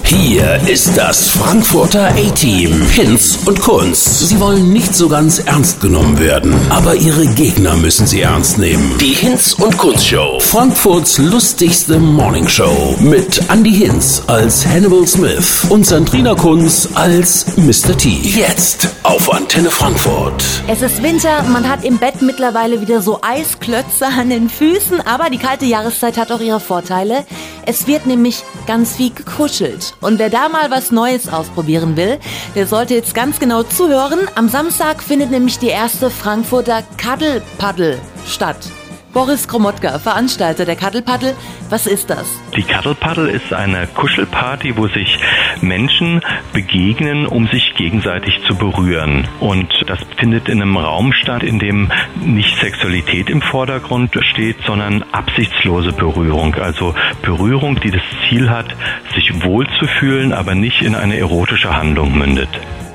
Hier ist das Frankfurter A-Team. Hinz und Kunz. Sie wollen nicht so ganz ernst genommen werden, aber ihre Gegner müssen sie ernst nehmen. Die Hinz und Kunz Show. Frankfurts lustigste Morningshow. Mit Andi Hinz als Hannibal Smith und Sandrina Kunz als Mr. T. Jetzt auf Antenne Frankfurt. Es ist Winter, man hat im Bett mittlerweile wieder so Eisklötze an den Füßen, aber die kalte Jahreszeit hat auch ihre Vorteile. Es wird nämlich ganz viel gekuschelt. Und wer da mal was Neues ausprobieren will, der sollte jetzt ganz genau zuhören. Am Samstag findet nämlich die erste Frankfurter Cuddle Puddle statt. Boris Kromotka, Veranstalter der Cuddle Puddle. Was ist das? Die Cuddle Puddle ist eine Kuschelparty, wo sich Menschen begegnen, um sich gegenseitig zu berühren. Und das findet in einem Raum statt, in dem nicht Sexualität im Vordergrund steht, sondern absichtslose Berührung. Also Berührung, die das Ziel hat, sich wohlzufühlen, aber nicht in eine erotische Handlung mündet.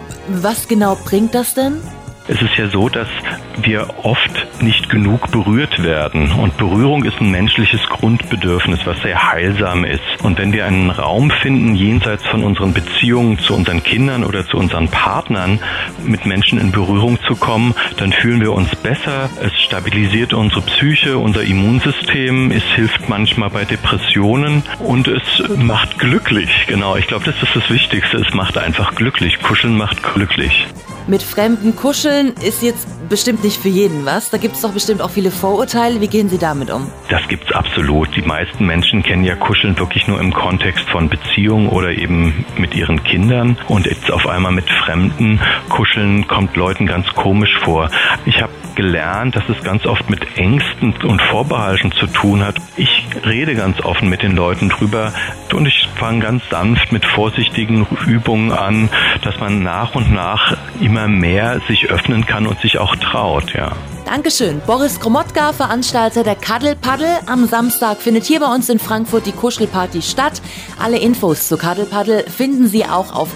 Was genau bringt das denn? Es ist ja so, dass wir oft nicht genug berührt werden. Und Berührung ist ein menschliches Grundbedürfnis, was sehr heilsam ist. Und wenn wir einen Raum finden, jenseits von unseren Beziehungen zu unseren Kindern oder zu unseren Partnern, mit Menschen in Berührung zu kommen, dann fühlen wir uns besser. Es stabilisiert unsere Psyche, unser Immunsystem. Es hilft manchmal bei Depressionen und es macht glücklich. Genau, ich glaube, das ist das Wichtigste. Es macht einfach glücklich. Kuscheln macht glücklich. Mit Fremden kuscheln ist jetzt bestimmt nicht für jeden was. Da gibt es doch bestimmt auch viele Vorurteile. Wie gehen Sie damit um? Das gibt's absolut. Die meisten Menschen kennen ja Kuscheln wirklich nur im Kontext von Beziehungen oder eben mit ihren Kindern. Und jetzt auf einmal mit Fremden kuscheln kommt Leuten ganz komisch vor. Ich habe gelernt, dass es ganz oft mit Ängsten und Vorbehalten zu tun hat. Ich rede ganz offen mit den Leuten drüber und ich fange ganz sanft mit vorsichtigen Übungen an, dass man nach und nach immer mehr sich öffnen kann und sich auch traut, ja. Dankeschön. Boris Kromotka, Veranstalter der Cuddle Puddle. Am Samstag findet hier bei uns in Frankfurt die Kuschelparty statt. Alle Infos zu Cuddle Puddle finden Sie auch auf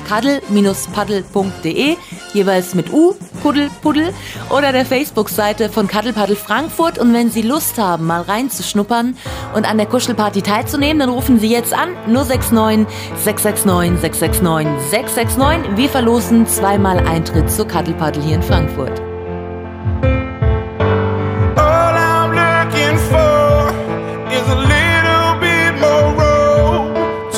cuddle-puddle.de, jeweils mit U, Puddel, Puddel, oder der Facebook-Seite von Cuddle Puddle Frankfurt. Und wenn Sie Lust haben, mal reinzuschnuppern und an der Kuschelparty teilzunehmen, dann rufen Sie jetzt an 069 669 669 669. Wir verlosen 2-mal Eintritt zur Cuddle Puddle hier in Frankfurt.